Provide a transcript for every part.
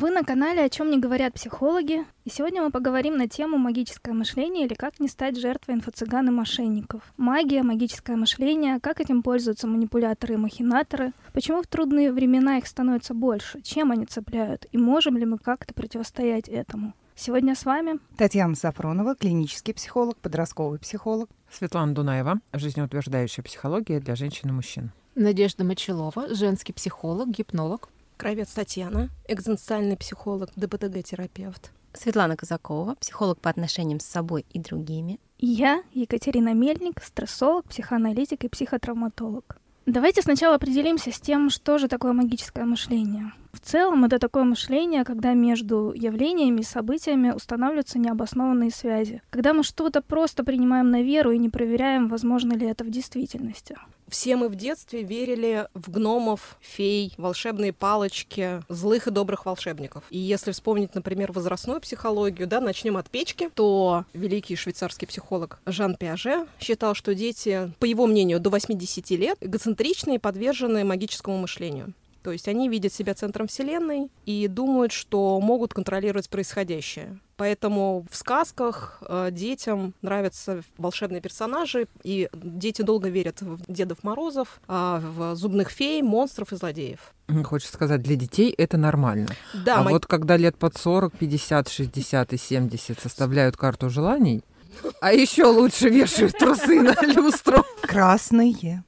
Вы на канале «О чем не говорят психологи», и сегодня мы поговорим на тему магическое мышление или как не стать жертвой инфо-цыган и мошенников. Магия, магическое мышление, как этим пользуются манипуляторы и махинаторы, почему в трудные времена их становится больше, чем они цепляют, и можем ли мы как-то противостоять этому. Сегодня с вами Татьяна Сафронова, клинический психолог, подростковый психолог. Светлана Дунаева, жизнеутверждающая психология для женщин и мужчин. Надежда Мочелова, женский психолог, гипнолог. Кравец Татьяна, экзистенциальный психолог, ДБТГ-терапевт. Светлана Казакова, психолог по отношениям с собой и другими. и я, Екатерина Мельник, стрессолог, психоаналитик и психотравматолог. Давайте сначала определимся с тем, что же такое магическое мышление. В целом, это такое мышление, когда между явлениями и событиями устанавливаются необоснованные связи. Когда мы что-то просто принимаем на веру и не проверяем, возможно ли это в действительности. Все мы в детстве верили в гномов, фей, волшебные палочки, злых и добрых волшебников. И если вспомнить, например, возрастную психологию, начнем от печки, то великий швейцарский психолог Жан Пиаже считал, что дети, по его мнению, до 80 лет эгоцентричны и подвержены магическому мышлению. То есть они видят себя центром Вселенной и думают, что могут контролировать происходящее. Поэтому в сказках детям нравятся волшебные персонажи, и дети долго верят в Дедов Морозов, в зубных фей, монстров и злодеев. Хочется сказать, для детей это нормально. Да, вот когда лет под 40, 50, 60 и 70 составляют карту желаний, а еще лучше вешают трусы на люстру. Красные.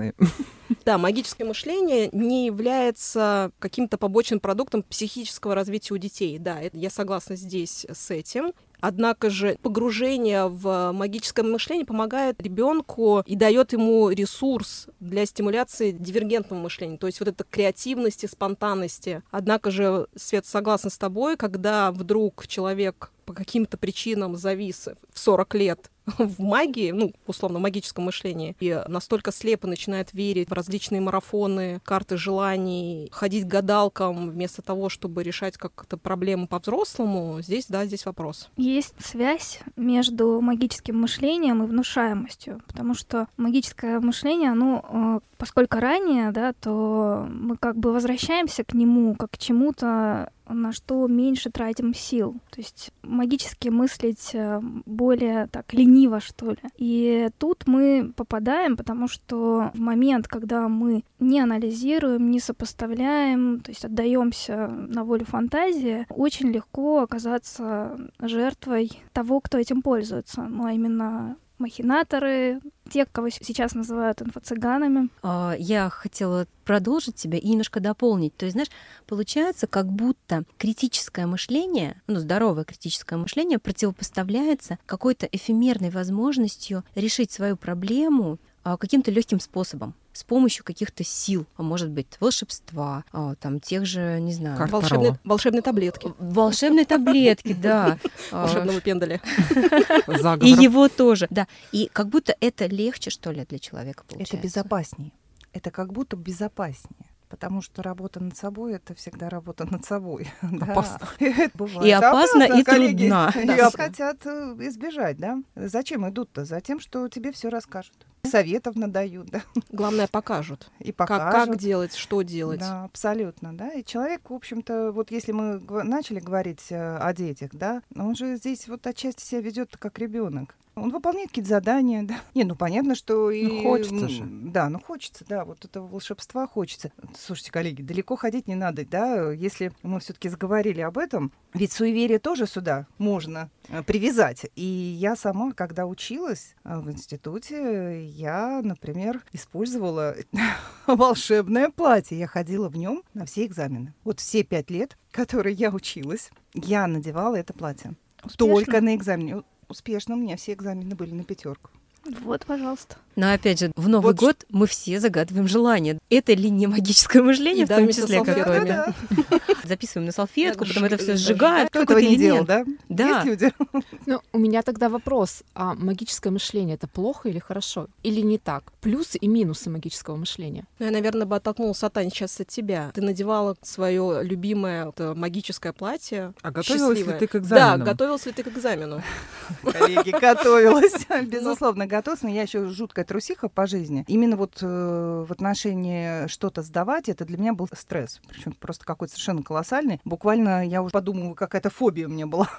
Да, магическое мышление не является каким-то побочным продуктом психического развития у детей. Да, я согласна здесь с этим. Однако же погружение в магическое мышление помогает ребенку и дает ему ресурс для стимуляции дивергентного мышления, то есть вот это креативности, спонтанности. Однако же, Свет, согласна с тобой, когда вдруг человек по каким-то причинам завис в 40 лет в магии, условно, магическом мышлении, и настолько слепо начинает верить в различные марафоны, карты желаний, ходить к гадалкам вместо того, чтобы решать как-то проблемы по-взрослому, здесь вопрос. Есть связь между магическим мышлением и внушаемостью, потому что магическое мышление, поскольку ранее, то мы как бы возвращаемся к нему как к чему-то, на что меньше тратим сил. То есть магически мыслить более так лениво, что ли. И тут мы попадаем, потому что в момент, когда мы не анализируем, не сопоставляем, то есть отдаемся на волю фантазии, очень легко оказаться жертвой того, кто этим пользуется. А именно махинаторы, те, кого сейчас называют инфо-цыганами. Я хотела продолжить тебя и немножко дополнить. То есть, знаешь, получается, как будто критическое мышление, здоровое критическое мышление противопоставляется какой-то эфемерной возможностью решить свою проблему каким-то легким способом, с помощью каких-то сил, может быть, волшебства, тех же, не знаю... Волшебные таблетки. Волшебные таблетки, да. Волшебного пендаля. И его тоже, да. И как будто это легче, что ли, для человека получается. Это безопаснее. Это как будто безопаснее. Потому что работа над собой — это всегда работа над собой. Опасно. И опасно, и трудно. И хотят избежать, да? Зачем идут-то? Затем, что тебе все расскажут. Советов надают, да. Главное, покажут. И покажут. Как делать, что делать. Да, абсолютно, да. И человек, в общем-то, вот если мы начали говорить о детях, да, он же здесь вот отчасти себя ведет как ребенок. Он выполняет какие-то задания, да. Понятно, что и... хочется же. Да, хочется, да, вот этого волшебства хочется. Слушайте, коллеги, далеко ходить не надо, да, если мы все-таки заговорили об этом, ведь суеверие тоже сюда можно привязать. И я сама, когда училась в институте, я, например, использовала волшебное платье. Я ходила в нем на все экзамены. Вот все 5 лет, которые я училась, я надевала это платье. Успешно? Только на экзамене. Успешно, у меня все экзамены были на 5. Вот, пожалуйста. Но опять же, в Новый год мы все загадываем желание. Это ли не магическое мышление, в том числе какое-то? Записываем на салфетку, потом это все сжигаем. Кто этого не делал, да? Да. Есть люди? У меня тогда вопрос. А магическое мышление — это плохо или хорошо? Или не так? Плюсы и минусы магического мышления? Я, наверное, бы оттолкнула, Сатань, сейчас от тебя. Ты надевала свое любимое магическое платье. А готовилась ли ты к экзамену? Да, готовилась ли ты к экзамену? Коллеги, готовилась. Безусловно, готовилась. подготовиться, но я еще жуткая трусиха по жизни. Именно вот в отношении что-то сдавать, это для меня был стресс. Причем просто какой-то совершенно колоссальный. Буквально я уже подумала, какая-то фобия у меня была.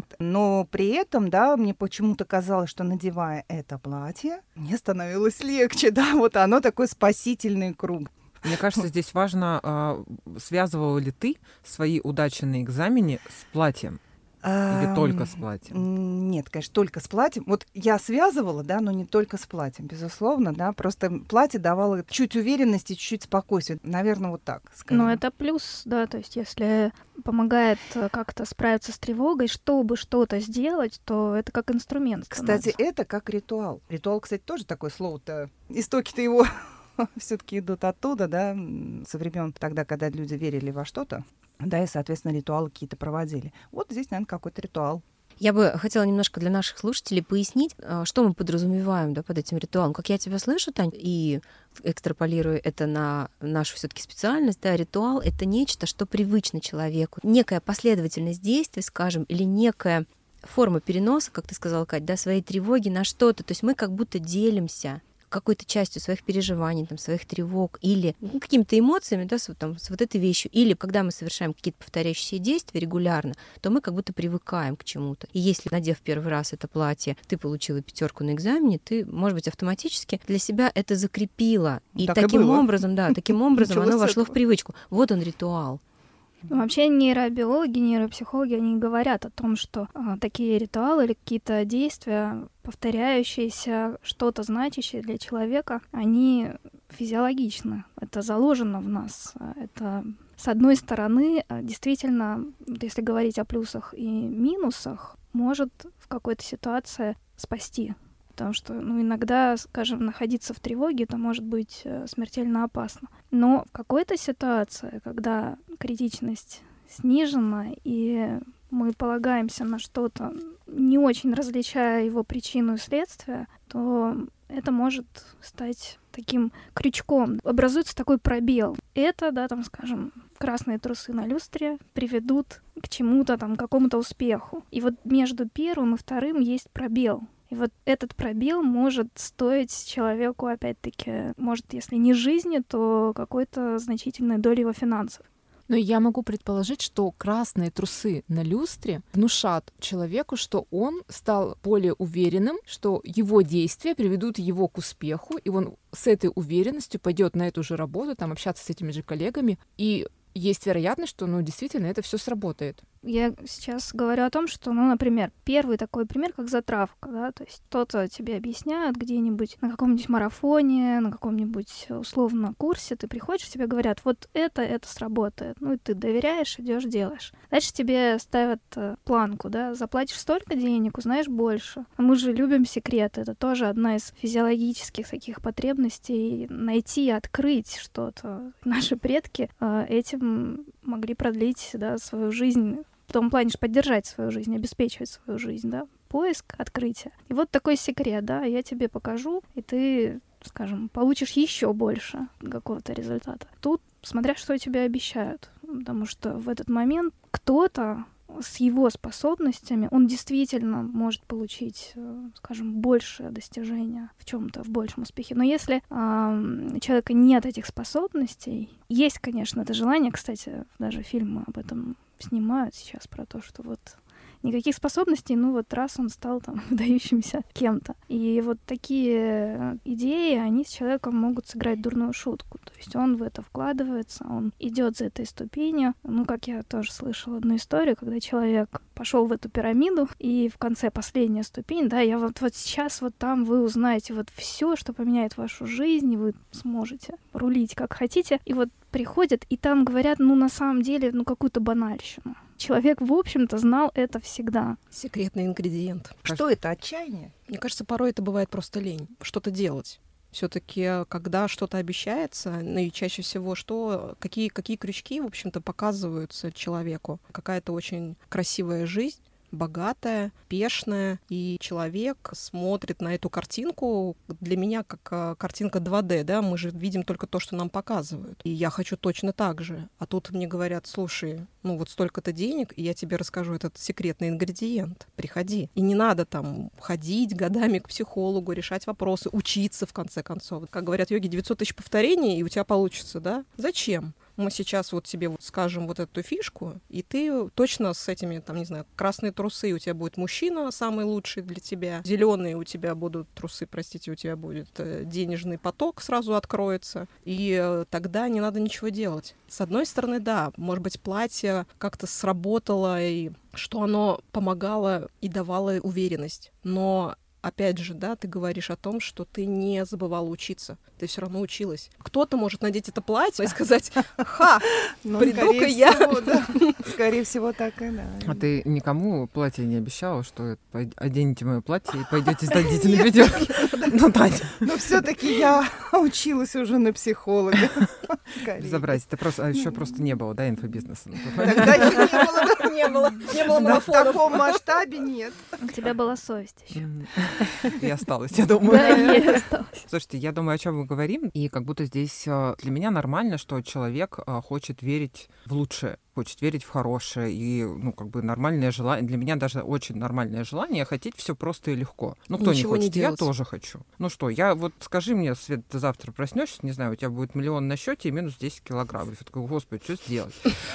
Но при этом, да, мне почему-то казалось, что надевая это платье, мне становилось легче, да, вот оно такой спасительный круг. Мне кажется, здесь важно, связывала ли ты свои удачи на экзамене с платьем? Или только с платьем? Нет, конечно, только с платьем. Вот я связывала, да, но не только с платьем, безусловно, да. Просто платье давало чуть уверенности, чуть спокойствия. Наверное, вот так скажем. Но это плюс, да, то есть если помогает как-то справиться с тревогой, чтобы что-то сделать, то это как инструмент становится. Кстати, это как ритуал. Ритуал, кстати, тоже такое слово-то. Истоки-то его все-таки идут оттуда, да, со времен тогда, когда люди верили во что-то. Да, и, соответственно, ритуалы какие-то проводили. Вот здесь, наверное, какой-то ритуал. Я бы хотела немножко для наших слушателей пояснить, что мы подразумеваем, да, под этим ритуалом. Как я тебя слышу, Тань, и экстраполирую это на нашу все-таки специальность, да, ритуал — это нечто, что привычно человеку. Некая последовательность действий, скажем, или некая форма переноса, как ты сказала, Кать, да, своей тревоги на что-то. То есть мы как будто делимся какой-то частью своих переживаний, там, своих тревог или какими-то эмоциями, да, с вот этой вещью. Или когда мы совершаем какие-то повторяющиеся действия регулярно, то мы как будто привыкаем к чему-то. И если, надев первый раз это платье, ты получила 5 на экзамене, ты, может быть, автоматически для себя это закрепила. И так таким и было. образом, да, таким образом оно вошло в привычку. Вот он ритуал. Вообще нейробиологи, нейропсихологи, они говорят о том, что такие ритуалы или какие-то действия, повторяющиеся, что-то значащее для человека, они физиологичны. Это заложено в нас. Это, с одной стороны, действительно, если говорить о плюсах и минусах, может в какой-то ситуации спасти. Потому что, иногда, скажем, находиться в тревоге, это может быть смертельно опасно. Но в какой-то ситуации, когда критичность снижена, и мы полагаемся на что-то, не очень различая его причину и следствие, то это может стать таким крючком. Образуется такой пробел. Это, да, там, скажем, красные трусы на люстре приведут к чему-то, там, какому-то успеху. И вот между первым и вторым есть пробел. И вот этот пробел может стоить человеку, опять-таки, может, если не жизни, то какой-то значительной доли его финансов. Но я могу предположить, что красные трусы на люстре внушат человеку, что он стал более уверенным, что его действия приведут его к успеху, и он с этой уверенностью пойдет на эту же работу, там, общаться с этими же коллегами, и есть вероятность, что, действительно, это все сработает. Я сейчас говорю о том, что, например, первый такой пример, как затравка, да, то есть кто-то тебе объясняет где-нибудь на каком-нибудь марафоне, на каком-нибудь условно курсе, ты приходишь, тебе говорят, вот это сработает, и ты доверяешь, идешь, делаешь. Дальше тебе ставят планку, да, заплатишь столько денег, узнаешь больше. А мы же любим секреты, это тоже одна из физиологических таких потребностей, найти, открыть что-то. Наши предки этим могли продлить, да, свою жизнь, в том плане, что поддержать свою жизнь, обеспечивать свою жизнь, да, поиск, открытие. И вот такой секрет, да, я тебе покажу, и ты, скажем, получишь еще больше какого-то результата. Тут смотря, что тебе обещают, потому что в этот момент кто-то с его способностями, он действительно может получить, скажем, большее достижение в чем-то, в большем успехе. Но если у человека нет этих способностей, есть, конечно, это желание, кстати, даже фильмы об этом снимают сейчас, про то, что вот никаких способностей, раз он стал там выдающимся кем-то. И вот такие идеи, они с человеком могут сыграть дурную шутку. То есть он в это вкладывается, он идет за этой ступенью. Как я тоже слышала одну историю, когда человек пошел в эту пирамиду, и в конце последняя ступень, да, я вот сейчас вот там вы узнаете вот все, что поменяет вашу жизнь, и вы сможете рулить как хотите. И вот приходят, и там говорят, на самом деле, какую-то банальщину. Человек, в общем-то, знал это всегда. Секретный ингредиент. Что это, отчаяние? Мне кажется, порой это бывает просто лень. Что-то делать. Все-таки, когда что-то обещается, и чаще всего какие крючки, в общем-то, показываются человеку. Какая-то очень красивая жизнь, богатая, пешная, и человек смотрит на эту картинку, для меня как картинка 2D, да, мы же видим только то, что нам показывают. И я хочу точно так же. А тут мне говорят: слушай, ну вот столько-то денег, и я тебе расскажу этот секретный ингредиент. Приходи. И не надо там ходить годами к психологу, решать вопросы, учиться в конце концов. Как говорят йоги, 900 тысяч повторений, и у тебя получится, да? Зачем? Мы сейчас вот тебе вот скажем вот эту фишку, и ты точно с этими, там, не знаю, красные трусы, у тебя будет мужчина самый лучший для тебя, зеленые у тебя будут трусы, простите, у тебя будет денежный поток сразу откроется, и тогда не надо ничего делать. С одной стороны, да, может быть, платье как-то сработало, и что оно помогало и давало уверенность, но опять же, да, ты говоришь о том, что ты не забывала учиться. Ты все равно училась. Кто-то может надеть это платье и сказать: ха, приду-ка я. Скорее всего, так и да. А ты никому платье не обещала, что оденете мое платье и пойдете сдадите на ведёрки? Ну, Таня. Но все-таки я училась уже на психолога. Безобразие. Ты просто еще просто не было, да, инфобизнеса? Тогда не было. Не было марафонов. В таком масштабе нет. У тебя была совесть еще. И осталось, я думаю. Да, и осталось. Слушайте, я думаю, о чем мы говорим, и как будто здесь для меня нормально, что человек хочет верить в лучшее, хочет верить в хорошее, и, ну, как бы нормальное желание, для меня даже очень нормальное желание хотеть все просто и легко. Ну, кто Ничего не хочет, не я делать. тоже хочу. Ну что, я вот скажи мне, Свет, ты завтра проснешься, не знаю, у тебя будет 1 миллион на счете и минус 10 килограмм. Я такой: господи, что сделать?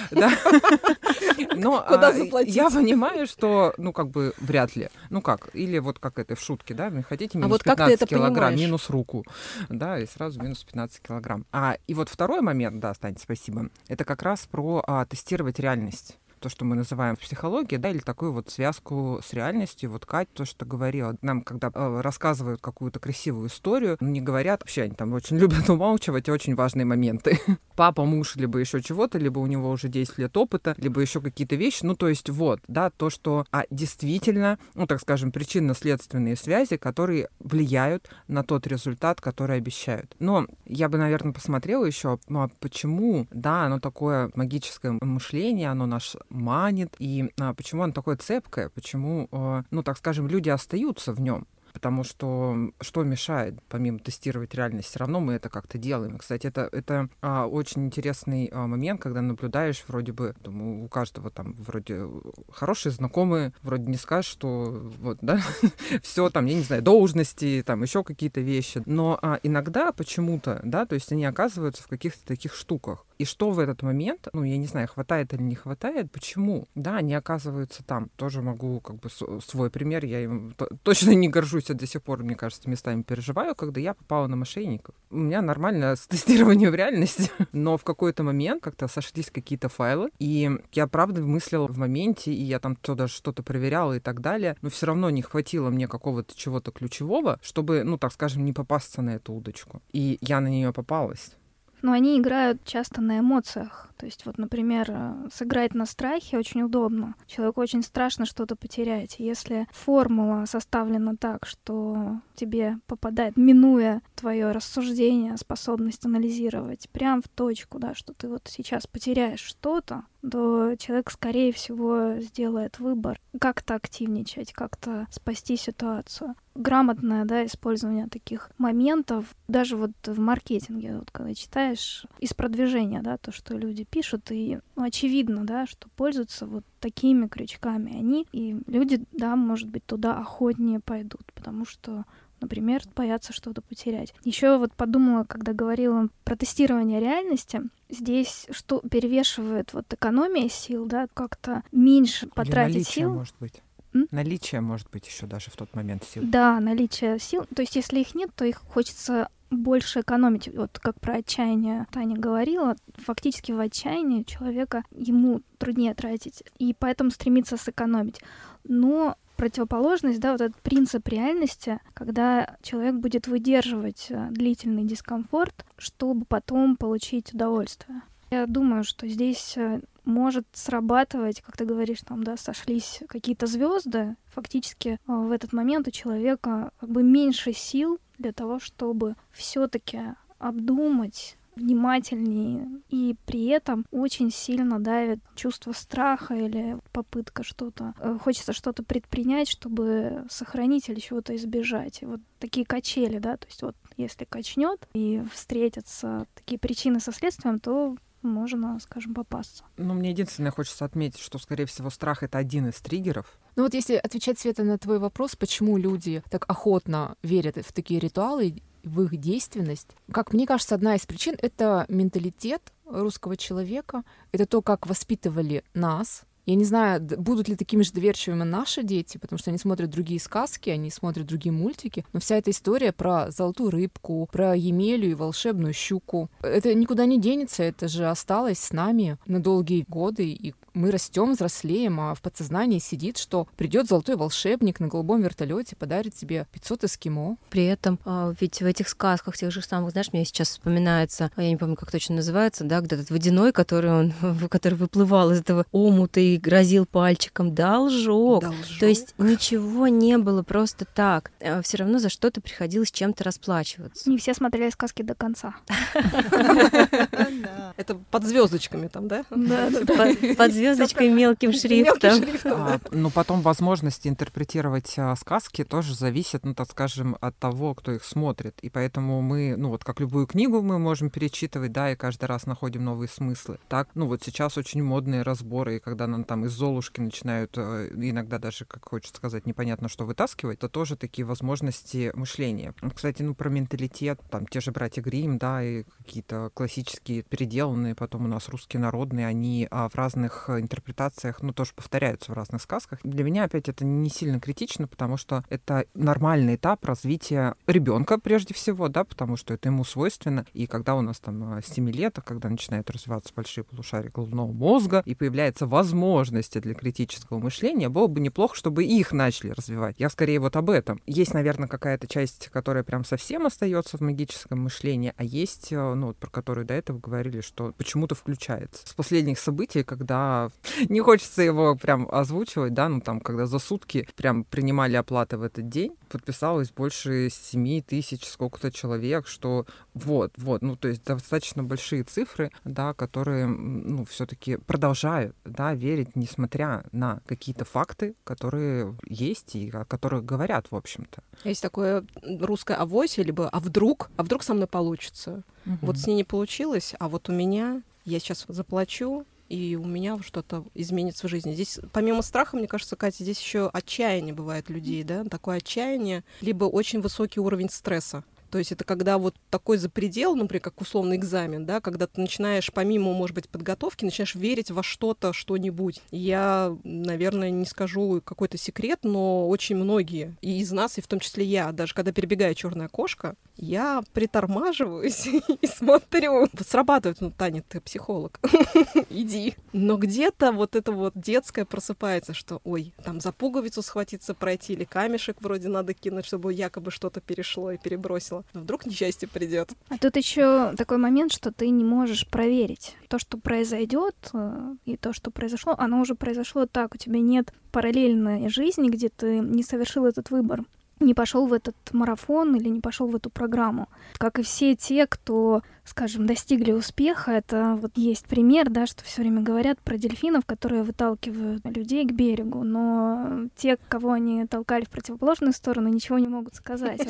Но Куда заплатить? я понимаю, что, ну, как бы, вряд ли. Ну как, или вот как это в шутке, да, вы хотите минус вот как ты 15 это килограмм, понимаешь? минус руку, да, и сразу минус 15 килограмм. И вот второй момент, да, Стань, спасибо, это как раз про тестировать реальность. То, что мы называем в психологии, да, или такую вот связку с реальностью. Вот Катя то, что говорила. Нам, когда рассказывают какую-то красивую историю, не говорят, вообще они там очень любят умалчивать очень важные моменты. Папа, муж, либо еще чего-то, либо у него уже 10 лет опыта, либо еще какие-то вещи. Ну, то есть вот, да, то, что действительно, ну, так скажем, причинно-следственные связи, которые влияют на тот результат, который обещают. Но я бы, наверное, посмотрела еще, почему, да, оно такое магическое мышление, оно наш манит, и почему оно такое цепкое, почему, ну, так скажем, люди остаются в нем. Потому что мешает, помимо тестировать реальность, все равно мы это как-то делаем. Кстати, это очень интересный момент, когда наблюдаешь, вроде бы, думаю, у каждого там вроде хорошие знакомые, вроде не скажешь, что вот, да, все там, я не знаю, должности, там еще какие-то вещи. Но иногда почему-то, да, то есть они оказываются в каких-то таких штуках. И что в этот момент, ну, я не знаю, хватает или не хватает, почему, да, они оказываются там. Тоже могу, как бы, свой пример, я им точно не горжусь, а до сих пор, мне кажется, местами переживаю, когда я попала на мошенников. У меня нормально с тестированием в реальности, но в какой-то момент как-то сошлись какие-то файлы, и я, правда, мыслила в моменте, и я там даже что-то проверяла и так далее, но все равно не хватило мне какого-то чего-то ключевого, чтобы, ну, так скажем, не попасться на эту удочку. И я на нее попалась. Но они играют часто на эмоциях. То есть вот, например, сыграть на страхе очень удобно. Человеку очень страшно что-то потерять. Если формула составлена так, что тебе попадает, минуя твое рассуждение, способность анализировать, прям в точку, да, что ты вот сейчас потеряешь что-то, то человек, скорее всего, сделает выбор, как-то активничать, как-то спасти ситуацию. Грамотное, да, использование таких моментов, даже вот в маркетинге, вот когда читаешь из продвижения, да, то, что люди пишут, и очевидно, да, что пользуются вот такими крючками они, и люди, да, может быть, туда охотнее пойдут, потому что, например, боятся что-то потерять. Еще вот подумала, когда говорила про тестирование реальности, здесь что перевешивает вот экономия сил, да, как-то меньше потратить наличие, сил. Может быть. Наличие, может быть, еще даже в тот момент сил. Да, наличие сил. То есть, если их нет, то их хочется больше экономить. Вот как про отчаяние Таня говорила, фактически в отчаянии человека ему труднее тратить, и поэтому стремится сэкономить. Но противоположность, да, вот этот принцип реальности, когда человек будет выдерживать длительный дискомфорт, чтобы потом получить удовольствие. Я думаю, что здесь может срабатывать, как ты говоришь, там, да, сошлись какие-то звезды. Фактически в этот момент у человека как бы меньше сил для того, чтобы все-таки обдумать, внимательнее, и при этом очень сильно давит чувство страха или попытка что-то, хочется что-то предпринять, чтобы сохранить или чего-то избежать. И вот такие качели, да, то есть вот если качнет и встретятся такие причины со следствием, то можно, скажем, попасться. Ну, мне единственное хочется отметить, что, скорее всего, страх — это один из триггеров. Ну вот если отвечать, Света, на твой вопрос, почему люди так охотно верят в такие ритуалы, в их действенность, как мне кажется, одна из причин — это менталитет русского человека, это то, как воспитывали нас. Я не знаю, будут ли такими же доверчивыми наши дети, потому что они смотрят другие сказки, они смотрят другие мультики, но вся эта история про золотую рыбку, про Емелю и волшебную щуку, это никуда не денется, это же осталось с нами на долгие годы, и мы растем, взрослеем, а в подсознании сидит, что придет золотой волшебник на голубом вертолете, подарит тебе 500 эскимо. При этом ведь в этих сказках, тех же самых, знаешь, мне сейчас вспоминается, я не помню, как точно называется, да, где этот водяной, который выплывал из этого омута и грозил пальчиком, должок. То есть ничего не было просто так. Все равно за что-то приходилось чем-то расплачиваться. Не все смотрели сказки до конца. Это под звездочками там, да? Под звездочкой мелким шрифтом. Но потом возможности интерпретировать сказки тоже зависят, ну, так скажем, от того, кто их смотрит. И поэтому мы, ну, вот как любую книгу мы можем перечитывать, да, и каждый раз находим новые смыслы. Так, ну, вот сейчас очень модные разборы, и когда нам там из Золушки начинают иногда даже, как хочется сказать, непонятно что вытаскивать, это тоже такие возможности мышления. Кстати, ну, про менталитет, там, те же братья Гримм, да, и какие-то классические переделанные потом у нас русские народные, они в разных интерпретациях, ну, тоже повторяются в разных сказках. Для меня, опять, это не сильно критично, потому что это нормальный этап развития ребенка прежде всего, да, потому что это ему свойственно. И когда у нас там с 7 лет, когда начинают развиваться большие полушария головного мозга, и появляется возможности для критического мышления, было бы неплохо, чтобы их начали развивать. Я скорее вот об этом. Есть, наверное, какая-то часть, которая прям совсем остается в магическом мышлении, а есть, ну, вот про которую до этого говорили, что почему-то включается. С последних событий, когда не хочется его прям озвучивать, да, ну там, когда за сутки прям принимали оплаты в этот день, подписалось больше 7 тысяч сколько-то человек, что вот, ну, то есть достаточно большие цифры, да, которые, ну, все-таки продолжают, да, верить, несмотря на какие-то факты, которые есть и о которых говорят, в общем-то. Есть такое русское авось, либо а вдруг со мной получится. Вот с ней не получилось, а вот у меня, я сейчас заплачу, и у меня что-то изменится в жизни. Здесь, помимо страха, мне кажется, Катя, здесь еще отчаяние бывает людей, да, такое отчаяние, либо очень высокий уровень стресса. То есть это когда вот такой запредел, например, как условный экзамен, да, когда ты начинаешь, помимо, может быть, подготовки, начинаешь верить во что-то, что-нибудь. Я, наверное, не скажу какой-то секрет, но очень многие и из нас, и в том числе я, даже когда перебегает черная кошка, я притормаживаюсь и смотрю. Срабатывает, ну, Таня, ты психолог, иди. Но где-то вот это вот детское просыпается, что, ой, там за пуговицу схватиться, пройти, или камешек вроде надо кинуть, чтобы якобы что-то перешло и перебросило. Но вдруг несчастье придет. А тут еще такой момент, что ты не можешь проверить. То, что произойдет, и то, что произошло, оно уже произошло так. У тебя нет параллельной жизни, где ты не совершил этот выбор, не пошел в этот марафон или не пошел в эту программу. Как и все те, кто, скажем, достигли успеха, это вот есть пример, да, что все время говорят про дельфинов, которые выталкивают людей к берегу, но те, кого они толкали в противоположную сторону, ничего не могут сказать.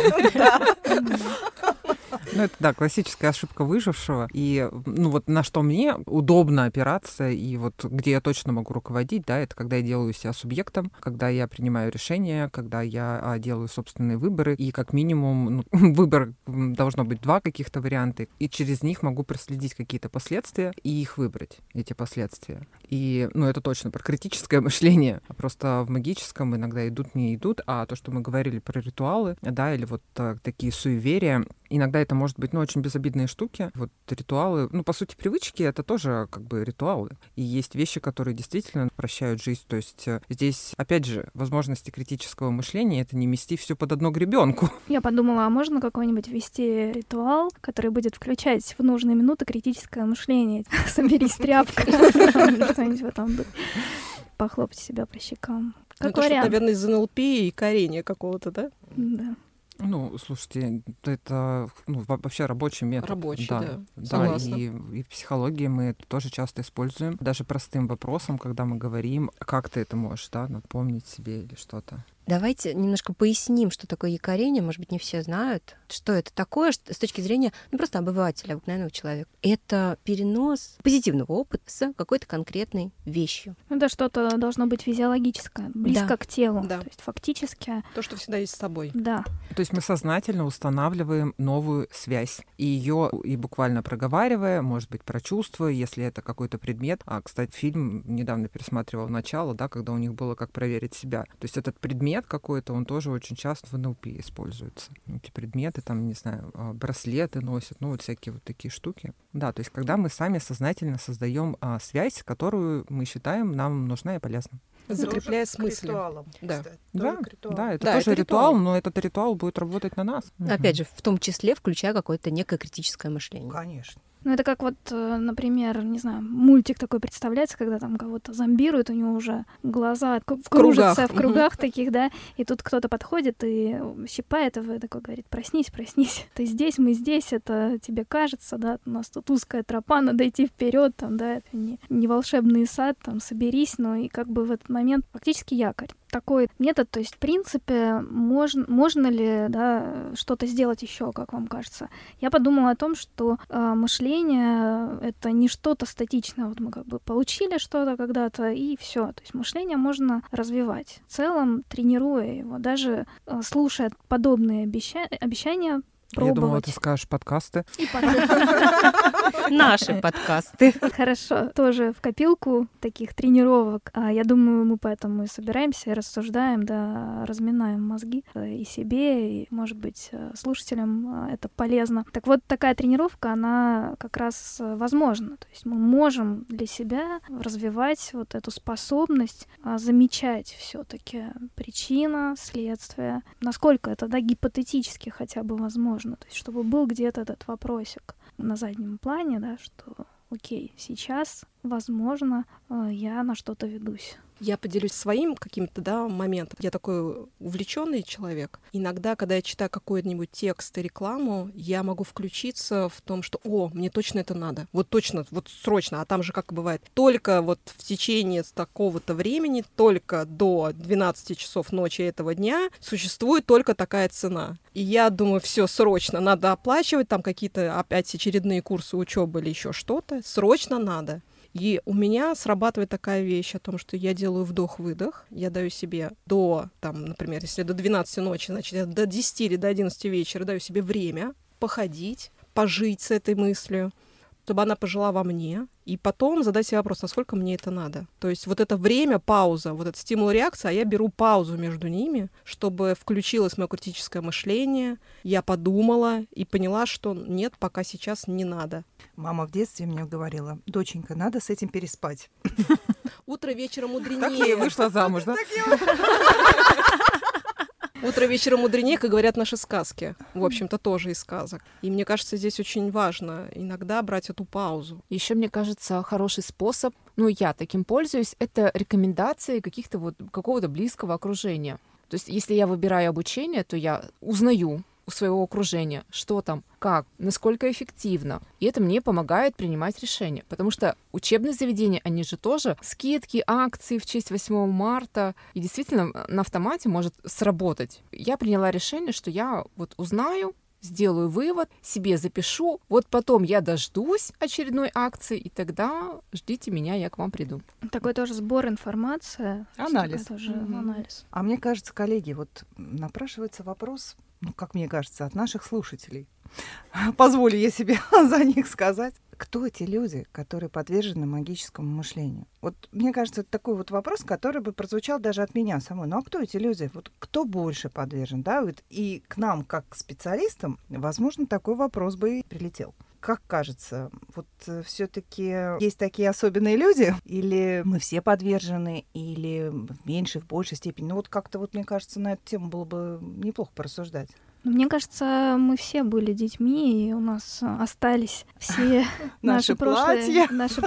Ну, это, да, классическая ошибка выжившего. И, ну, вот на что мне удобно опираться, и вот где я точно могу руководить, да, это когда я делаю себя субъектом, когда я принимаю решения, когда я делаю собственные выборы, и как минимум, ну, выбор должно быть 2 каких-то варианта, и через них могу проследить какие-то последствия и их выбрать, эти последствия. И, ну, это точно про критическое мышление. Просто в магическом иногда идут, не идут, а то, что мы говорили про ритуалы, да, или вот такие суеверия, иногда это может быть, ну, очень безобидные штуки. Вот ритуалы, ну, по сути, привычки — это тоже как бы ритуалы. И есть вещи, которые действительно упрощают жизнь. То есть здесь, опять же, возможности критического мышления — это не мести все под одну гребенку. Я подумала, а можно какой-нибудь ввести ритуал, который будет включать в нужные минуты критическое мышление? Соберись, тряпка. Что-нибудь в этом духе. Похлопать себя по щекам. Как это вариант. Наверное, из НЛП и корения какого-то, да? Да. Ну, слушайте, это вообще рабочий метод. Рабочий, да. Да, Согласна. и в психологии мы это тоже часто используем. Даже простым вопросом, когда мы говорим, как ты это можешь, да, напомнить себе или что-то. Давайте немножко поясним, что такое якорение. Может быть, не все знают, что это такое с точки зрения просто обывателя, обыкновенного человека. Это перенос позитивного опыта с какой-то конкретной вещью. Это что-то должно быть физиологическое, близко к телу. Да. То есть фактически... То, что всегда есть с тобой. Да. То есть мы сознательно устанавливаем новую связь. И ее и буквально проговаривая, может быть, прочувствуя, если это какой-то предмет. А, кстати, фильм недавно пересматривал «Начало», да, когда у них было «Как проверить себя». То есть этот предмет какой-то, он тоже очень часто в НЛП используется. Эти предметы, там, не знаю, браслеты носят, вот всякие вот такие штуки. Да, то есть когда мы сами сознательно создаем связь, которую мы считаем нам нужна и полезна. Закрепляя Тоже к смыслы. ритуалам, Да. кстати. Да, Тоже к ритуалам. да, это Да, тоже это ритуал, ритуал. но этот ритуал будет работать на нас. Опять же, в том числе включая какое-то некое критическое мышление. Конечно. Ну, это как вот, например, не знаю, мультик такой представляется, когда там кого-то зомбируют, у него уже глаза кружатся в кругах таких, да, и тут кто-то подходит и щипает его, и такой говорит: проснись, проснись, ты здесь, мы здесь, это тебе кажется, да, у нас тут узкая тропа, надо идти вперед, там, да, это не волшебный сад, там, соберись, но и как бы в этот момент фактически якорь. Такой метод, то есть, в принципе, можно ли, да, что-то сделать еще, как вам кажется? Я подумала о том, что мышление — это не что-то статичное. Вот мы как бы получили что-то когда-то, и все. То есть мышление можно развивать. В целом, тренируя его, даже слушая подобные обещания, Я думала, пробовать. ты скажешь подкасты. И потом. Наши подкасты. Хорошо, тоже в копилку таких тренировок. Я думаю, мы поэтому и собираемся, и рассуждаем, да, разминаем мозги и себе, и, может быть, слушателям это полезно. Так вот, такая тренировка, она как раз возможна. То есть мы можем для себя развивать вот эту способность замечать все-таки причина, следствие, насколько это, да, гипотетически хотя бы возможно. То есть чтобы был где-то этот вопросик на заднем плане, да, что окей, сейчас, возможно, я на что-то ведусь. Я поделюсь своим каким-то, да, моментом. Я такой увлеченный человек. Иногда, когда я читаю какой-нибудь текст и рекламу, я могу включиться в том, что мне точно это надо. Вот точно, вот срочно. А там же как бывает, только вот в течение такого-то времени, только до 12 часов ночи этого дня существует только такая цена. И я думаю, все срочно надо оплачивать, там какие-то опять очередные курсы учебы или еще что-то. Срочно надо. И у меня срабатывает такая вещь о том, что я делаю вдох-выдох, я даю себе например, если до 12 ночи, значит, я до 10 или до 11 вечера даю себе время походить, пожить с этой мыслью, чтобы она пожила во мне, и потом задать себе вопрос, насколько мне это надо. То есть вот это время, пауза, вот этот стимул-реакция, а я беру паузу между ними, чтобы включилось мое критическое мышление, я подумала и поняла, что нет, пока сейчас не надо. Мама в детстве мне говорила: доченька, надо с этим переспать. Утро вечера мудренее. Так я и вышла замуж, да? Утро вечера мудренее, как говорят наши сказки. В общем-то, тоже из сказок. И мне кажется, здесь очень важно иногда брать эту паузу. Еще, мне кажется, хороший способ, я таким пользуюсь, это рекомендации какого-то близкого окружения. То есть, если я выбираю обучение, то я узнаю у своего окружения, что там, как, насколько эффективно. И это мне помогает принимать решения. Потому что учебные заведения, они же тоже скидки, акции в честь 8 марта. И действительно на автомате может сработать. Я приняла решение, что я узнаю, сделаю вывод, себе запишу, потом я дождусь очередной акции, и тогда ждите меня, я к вам приду. Такой тоже сбор информации. Анализ. Тоже анализ. А мне кажется, коллеги, напрашивается вопрос, как мне кажется, от наших слушателей. Позволю я себе за них сказать. Кто эти люди, которые подвержены магическому мышлению? Мне кажется, это такой вопрос, который бы прозвучал даже от меня самой. А кто эти люди? Кто больше подвержен? Да? И к нам, как к специалистам, возможно, такой вопрос бы и прилетел. Как кажется, все-таки есть такие особенные люди? Или мы все подвержены, или в меньшей, в большей степени? Как-то мне кажется, на эту тему было бы неплохо порассуждать. Мне кажется, мы все были детьми, и у нас остались все наши прошлые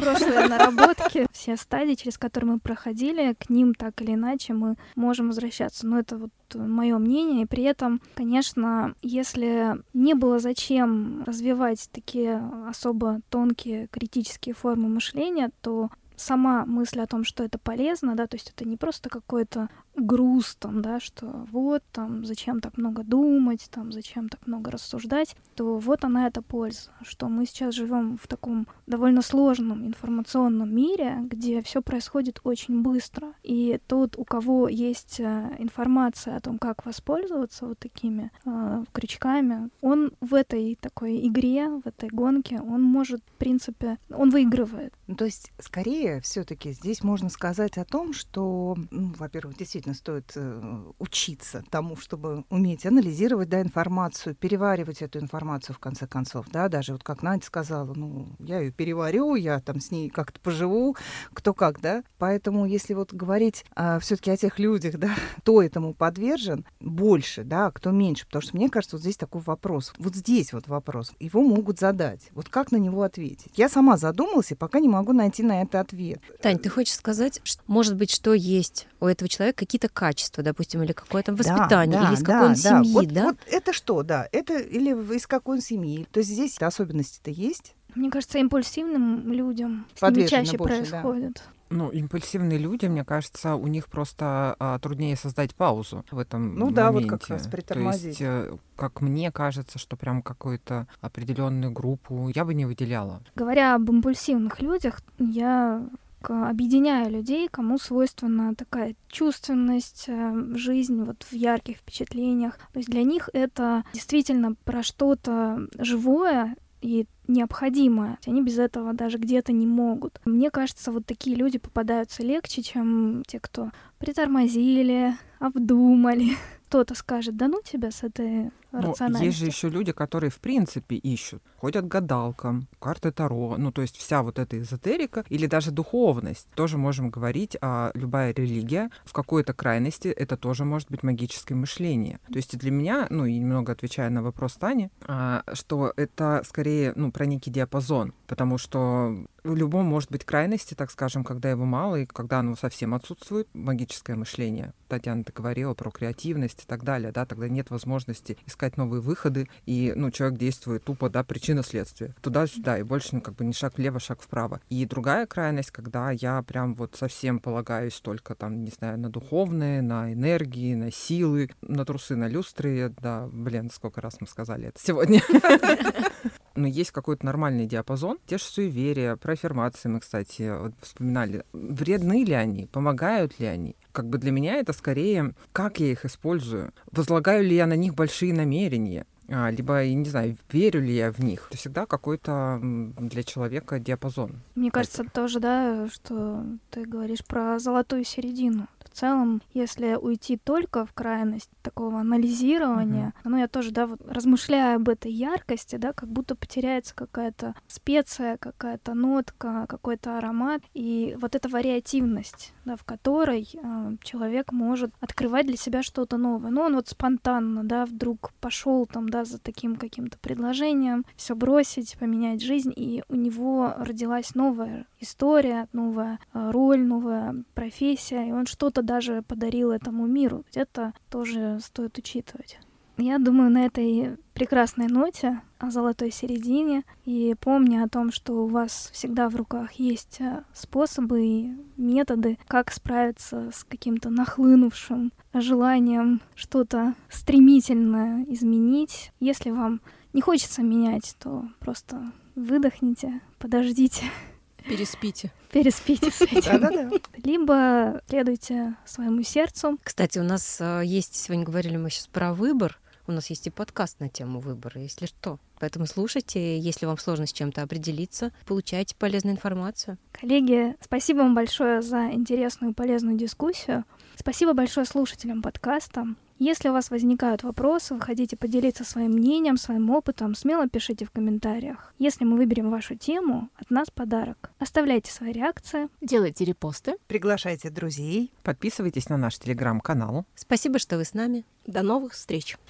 наработки, все стадии, через которые мы проходили, к ним так или иначе мы можем возвращаться. Но это вот мое мнение. И при этом, конечно, если не было зачем развивать такие особо тонкие критические формы мышления, то сама мысль о том, что это полезно, да, то есть это не просто какой-то груз, там, да, что вот, там, зачем так много думать, там, зачем так много рассуждать, то вот она эта польза, что мы сейчас живем в таком довольно сложном информационном мире, где все происходит очень быстро, и тот, у кого есть информация о том, как воспользоваться вот такими крючками, он в этой такой игре, в этой гонке, он может, в принципе, он выигрывает. Ну, то есть, скорее, все-таки здесь можно сказать о том, что, во-первых, действительно стоит учиться тому, чтобы уметь анализировать, да, информацию, переваривать эту информацию в конце концов, да, даже вот как Надя сказала, я ее переварю, я там с ней как-то поживу, кто как, да, поэтому если вот говорить все-таки о тех людях, да, кто этому подвержен больше, да, кто меньше, потому что мне кажется, вот здесь такой вопрос, вот здесь вот вопрос, его могут задать, вот как на него ответить? Я сама задумалась и пока не могу найти на это ответ. Тань, ты хочешь сказать, что, может быть, что есть у этого человека какие-то качества, допустим, или какое-то воспитание, или из какой-он семьи, да? Вот это что, да, это или из какой он семьи. То есть здесь особенности-то есть? Мне кажется, импульсивным людям с ними чаще больше, происходит. Да. Импульсивные люди, мне кажется, у них просто труднее создать паузу в этом моменте. Да, вот как раз притормозить. То есть, как мне кажется, что прям какую-то определенную группу я бы не выделяла. Говоря об импульсивных людях, я объединяю людей, кому свойственна такая чувственность, жизнь вот в ярких впечатлениях. То есть для них это действительно про что-то живое и необходимое. Они без этого даже где-то не могут. Мне кажется, вот такие люди попадаются легче, чем те, кто притормозили, обдумали. Кто-то скажет, да ну тебя с этой рациональностью. Есть же еще люди, которые в принципе ищут, ходят к гадалкам, карты Таро, то есть вся вот эта эзотерика или даже духовность. Тоже можем говорить, любая религия в какой-то крайности это тоже может быть магическое мышление. То есть для меня, и немного отвечая на вопрос Тани, что это скорее, про некий диапазон, потому что в любом может быть крайности, так скажем, когда его мало и когда оно совсем отсутствует, магическое мышление. Татьяна, ты говорила про креативность и так далее, да, тогда нет возможности искать новые выходы, и, человек действует тупо, да, причина-следствие. Туда-сюда, и больше, ни шаг влево, шаг вправо. И другая крайность, когда я прям вот совсем полагаюсь только там, не знаю, на духовное, на энергии, на силы, на трусы, на люстры, да, сколько раз мы сказали это сегодня. Но есть какой-то нормальный диапазон. Те же суеверия, про аффирмации мы, кстати, вспоминали. Вредны ли они? Помогают ли они? Для меня это скорее, как я их использую. Возлагаю ли я на них большие намерения? Либо, я не знаю, верю ли я в них. Это всегда какой-то для человека диапазон. Мне кажется, тоже, да, что ты говоришь про золотую середину. В целом, если уйти только в крайность такого анализирования, я тоже, да, вот размышляю об этой яркости, да, как будто потеряется какая-то специя, какая-то нотка, какой-то аромат, и вот эта вариативность, да, в которой человек может открывать для себя что-то новое. Он вот спонтанно, да, вдруг пошел там, да, за таким каким-то предложением, все бросить, поменять жизнь, и у него родилась новая история, новая роль, новая профессия, и он что-то даже подарил этому миру. Это тоже стоит учитывать. Я думаю, на этой прекрасной ноте о золотой середине, и помня о том, что у вас всегда в руках есть способы и методы, как справиться с каким-то нахлынувшим желанием что-то стремительно изменить. Если вам не хочется менять, то просто выдохните, подождите. Переспите с этим. Да-да-да. Либо следуйте своему сердцу. Кстати, у нас есть, сегодня говорили мы сейчас про выбор, у нас есть и подкаст на тему выбора, если что. Поэтому слушайте, если вам сложно с чем-то определиться, получайте полезную информацию. Коллеги, спасибо вам большое за интересную и полезную дискуссию. Спасибо большое слушателям подкаста. Если у вас возникают вопросы, вы хотите поделиться своим мнением, своим опытом, смело пишите в комментариях. Если мы выберем вашу тему, от нас подарок. Оставляйте свои реакции. Делайте репосты. Приглашайте друзей. Подписывайтесь на наш телеграм-канал. Спасибо, что вы с нами. До новых встреч.